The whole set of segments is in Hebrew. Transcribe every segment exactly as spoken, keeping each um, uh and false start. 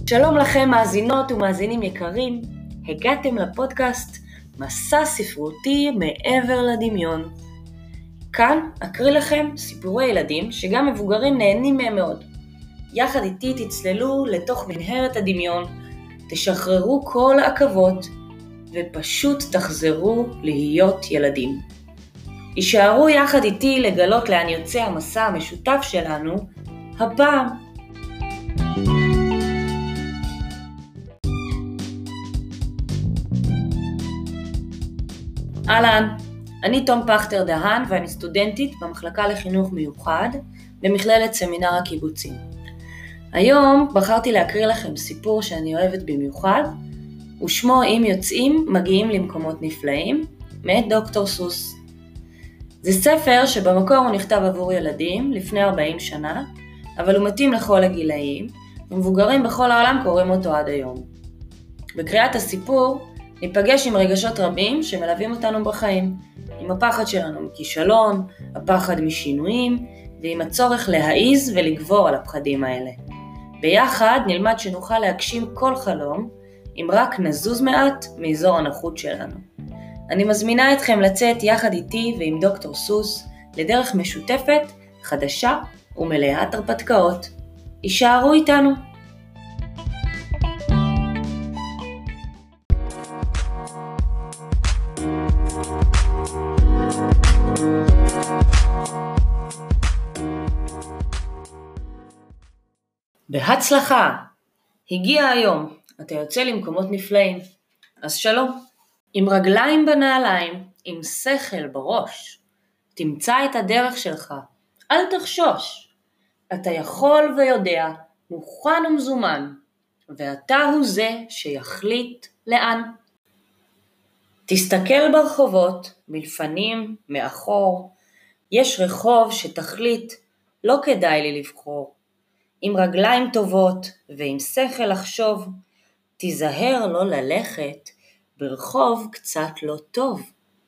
שלום לכם מאזינות ומאזינים יקרים, הגעתם לפודקאסט מסע ספרותי מעבר לדמיון. כאן אקריא לכם סיפורי ילדים שגם מבוגרים נהנים מהם מאוד. יחד איתי תצללו לתוך מנהרת הדמיון, תשחררו כל העכבות ופשוט תחזרו להיות ילדים. יישארו יחד איתי לגלות לאן יוצא המסע המשותף שלנו הפעם. אהלן, אני תום פכטר דהן ואני סטודנטית במחלקה לחינוך מיוחד במכללת סמינר הקיבוצים. היום בחרתי להקריא לכם סיפור שאני אוהבת במיוחד, ושמו אם יוצאים מגיעים למקומות נפלאים, מאת דוקטור סוס. זה ספר שבמקור הוא נכתב עבור ילדים לפני ארבעים שנה, אבל הוא מתאים לכל הגילאים, ומבוגרים בכל העולם קוראים אותו עד היום. בקריאת הסיפור ניפגש עם רגשות רבים שמלווים אותנו בחיים, עם הפחד שלנו מכישלון, הפחד משינויים, ועם הצורך להעיז ולגבור על הפחדים האלה. ביחד נלמד שנוכל להגשים כל חלום, אם רק נזוז מעט מאזור הנוחות שלנו. אני מזמינה אתכם לצאת יחד איתי ועם דוקטור סוס לדרך משותפת, חדשה ומלאת הרפתקאות. יישארו איתנו. בהצלחה! הגיע היום, אתה יוצא למקומות נפלאים. אז שלום. עם רגליים בנעליים, עם שכל בראש, תמצא את הדרך שלך, אל תחשוש. אתה יכול ויודע, מוכן ומזומן, ואתה הוא זה שיחליט לאן. תסתכל ברחובות, מלפנים, מאחור, יש רחוב שתחליט, לא כדאי לי לבחור. עם רגליים טובות ועם שכל לחשוב, תיזהר לא ללכת ברחוב קצת לא טוב.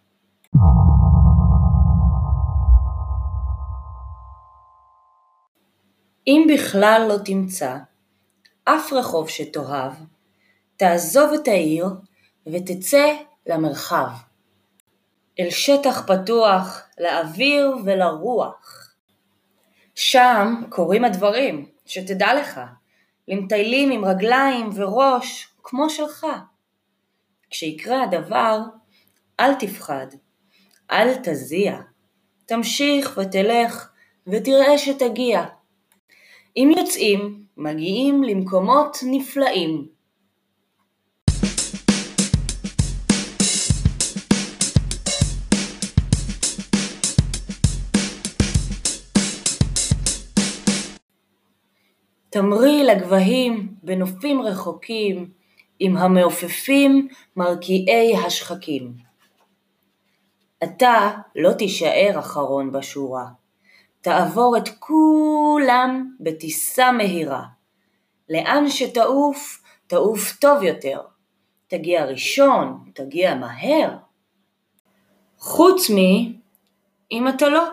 אם בכלל לא תמצא אף רחוב שתאהב, תעזוב את העיר ותצא למרחב. אל שטח פתוח, לאוויר ולרוח. שם קורים הדברים, שתדע לך, למטיילים עם רגליים וראש כמו שלך. כשיקרה הדבר, אל תפחד, אל תזיע. תמשיך ותלך ותראה שתגיע. אם יוצאים, מגיעים למקומות נפלאים. תמריא לגבהים בנופים רחוקים, עם המעופפים מרקיעי השחקים. אתה לא תישאר אחרון בשורה, תעבור את כולם בטיסה מהירה. לאן שתעוף, תעוף טוב יותר. תגיע ראשון, תגיע מהר. חוץ מ... אם אתה לא.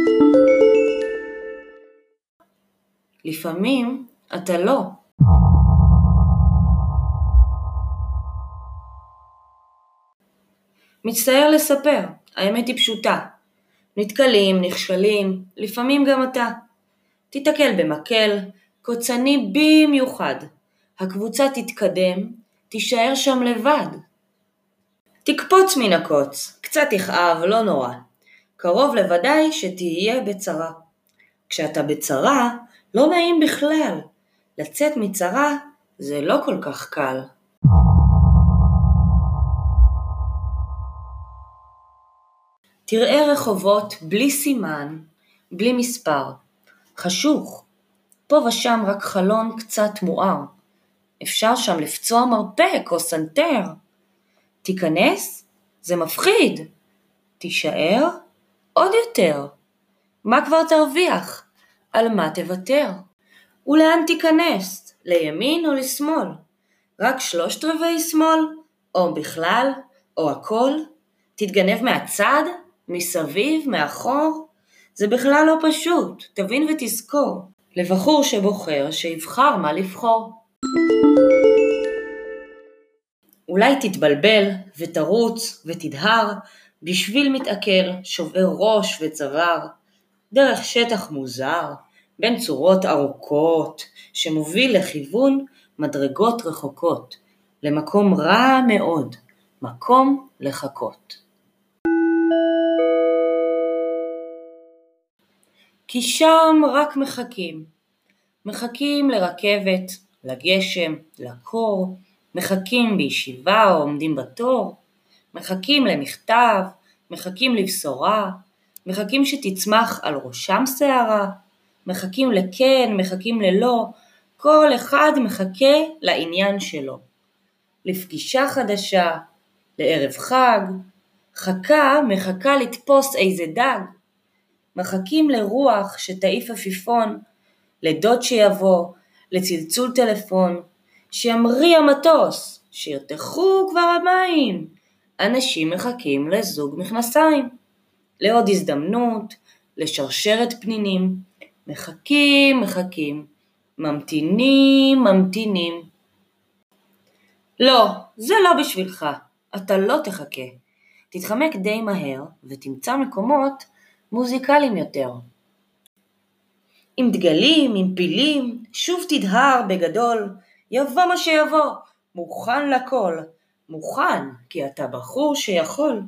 לפעמים אתה לא. מצטער לספר, האמת היא פשוטה. נתקלים, נכשלים, לפעמים גם אתה. תתקל במקל, קוצני במיוחד. הקבוצה תתקדם, תישאר שם לבד. תקפוץ מן הקוץ, קצת תכאב, לא נורא. קרוב לוודאי שתהיה בצרה. כשאתה בצרה, לא נעים בכלל. לצאת מצרה זה לא כל כך קל. תראה רחובות בלי סימן, בלי מספר. חשוך. פה ושם רק חלון קצת מואר. אפשר שם לפצוע מרפק או סנטר. תיכנס? זה מפחיד. תישאר? עוד יותר. מה כבר תרוויח? על מה תוותר? ולאן תיכנס? לימין או לשמאל? רק שלושת רבעי שמאל? או בכלל? או הכל? תתגנב מהצד? מסביב? מאחור? זה בכלל לא פשוט, תבין ותזכור. לבחור שבוחר שיבחר מה לבחור. אולי תתבלבל ותרוץ ותדהר בשביל מתעכל, שובר ראש וצוואר, דרך שטח מוזר, בין צורות ארוכות, שמוביל לכיוון מדרגות רחוקות, למקום רע מאוד, מקום לחכות. כי שם רק מחכים, מחכים לרכבת, לגשם, לקור, מחכים בישיבה או עומדים בתור, מחכים למכתב, מחכים לבשורה, מחכים שתצמח על ראשם שערה, מחכים לכן, מחכים ללא, כל אחד מחכה לעניין שלו. לפגישה חדשה, לערב חג, חכה מחכה לתפוס איזה דג, מחכים לרוח שתעיף עפיפון, לדוד שיבוא, לצלצול טלפון, שימריא המטוס, שירתחו כבר המים. אנשים מחכים לזוג מכנסיים, לעוד הזדמנות, לשרשרת פנינים, מחכים, מחכים, ממתינים, ממתינים. לא, זה לא בשבילך, אתה לא תחכה. תתחמק די מהר ותמצא מקומות מוזיקליים יותר. עם דגלים, עם פילים, שוב תדהר בגדול, יבוא מה שיבוא, מוכן לכל, מוכן כי אתה בחור שיכול.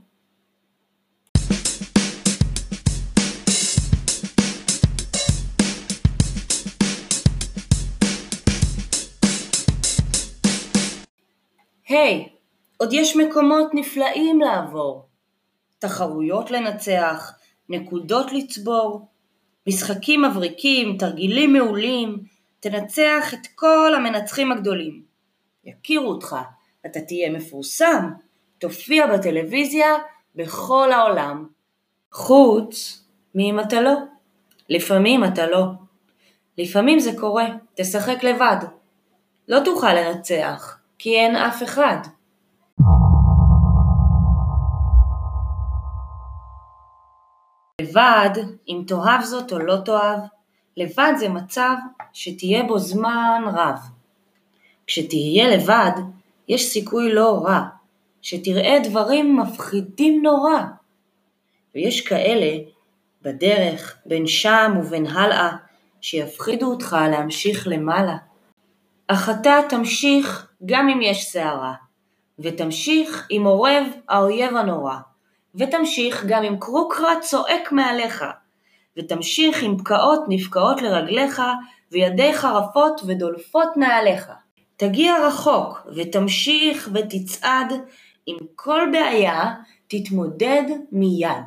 היי, hey, עוד יש מקומות נפלאים לעבור, תחרויות לנצח, נקודות לצבור, משחקים מבריקים, תרגילים מעולים, תנצח את כל המנצחים הגדולים. יכירו אותך, אתה תהיה מפורסם, תופיע בטלוויזיה בכל העולם. חוץ מאם אתה לא, לפעמים אתה לא. לפעמים זה קורה, תשחק לבד. לא תוכל לנצח, כי אין אף אחד. לבד, אם תאהב זאת או לא תאהב, לבד זה מצב שתהיה בו זמן רב. כשתהיה לבד, יש סיכוי לא רע, שתראה דברים מפחידים נורא. ויש כאלה בדרך, בין שם ובין הלאה, שיפחידו אותך להמשיך למעלה. אך אתה תמשיך גם אם יש שערה, ותמשיך עם עורב האויב הנורא, ותמשיך גם עם קרוקרה צועק מעליך, ותמשיך עם פקעות נפקעות לרגליך, וידיך רפות ודולפות נעליך. תגיע רחוק ותמשיך ותצעד, עם כל בעיה תתמודד מיד.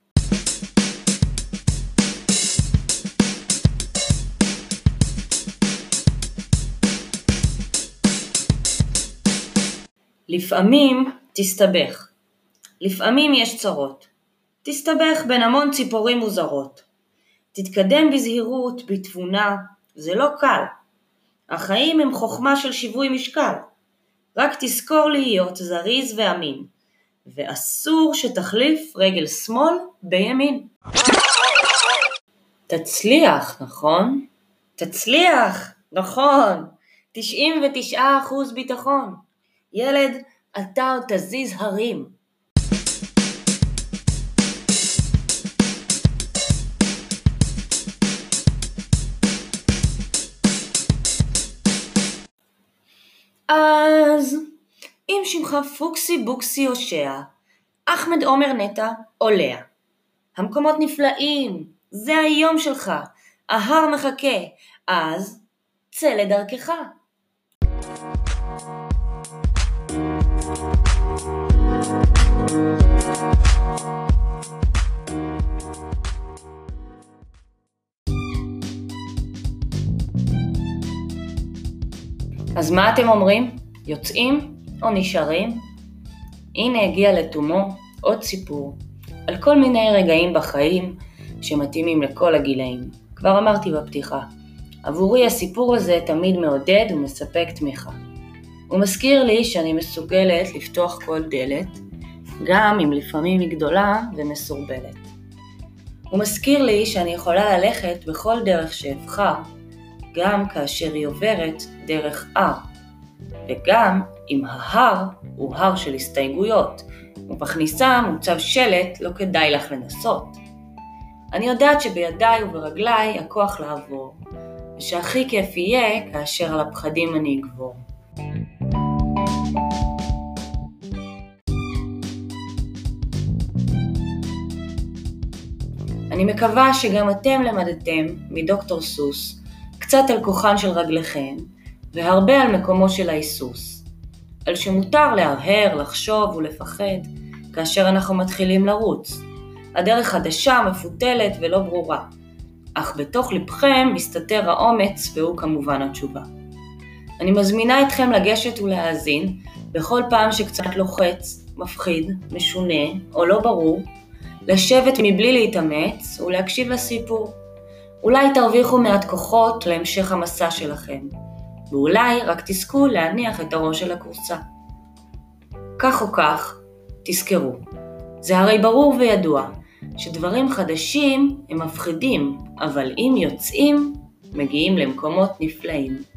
לפעמים תסתבך, לפעמים יש צרות, תסתבך בין המון ציפורים מוזרות, תתקדם בזהירות, בתבונה, זה לא קל, החיים הם חוכמה של שיווי משקל, רק תזכור להיות זריז ואמין, ואסור שתחליף רגל שמאל בימין. תצליח, נכון? תצליח, נכון, תשעים ותשעה אחוז ביטחון. ילד, אתה עוד תזיז הרים. אז אם שמך פוקסי בוקסי הושע, אחמד עומר נטע עולע. המקומות נפלאים, זה היום שלך, ההר מחכה, אז צא לדרכך. אז מה אתם אומרים? יוצאים או נשארים? הנה הגיע לתומו עוד סיפור על כל מיני רגעים בחיים שמתאימים לכל הגילאים. כבר אמרתי בפתיחה, עבורי הסיפור הזה תמיד מעודד ומספק תמיכה. הוא מזכיר לי שאני מסוגלת לפתוח כל דלת, גם אם לפעמים היא גדולה ומסורבלת. הוא מזכיר לי שאני יכולה ללכת בכל דרך שאבחר, גם כאשר היא עוברת דרך הר, וגם אם ההר הוא הר של הסתייגויות, ובכניסה מוצב שלט לא כדאי לך לנסות. אני יודעת שבידיי וברגליי הכוח לעבור, ושהכי כיף יהיה כאשר על הפחדים אני אגבור. אני מקווה שגם אתם למדתם מדוקטור סוס קצת על כוחן של רגליכם והרבה על מקומו של ההיסוס, על שמותר להרהר, לחשוב ולפחד כאשר אנחנו מתחילים לרוץ. הדרך חדשה, מפותלת ולא ברורה, אך בתוך לבכם מסתתר האומץ והוא כמובן התשובה. אני מזמינה אתכם לגשת ולהאזין בכל פעם שקצת לוחץ, מפחיד, משונה או לא ברור, לשבת מבלי להתאמץ ולהקשיב לסיפור. אולי תרוויחו מעט כוחות להמשך המסע שלכם, ואולי רק תזכו להניח את הראש של הקורסה. כך או כך, תזכרו, זה הרי ברור וידוע שדברים חדשים הם מפחידים, אבל אם יוצאים, מגיעים למקומות נפלאים.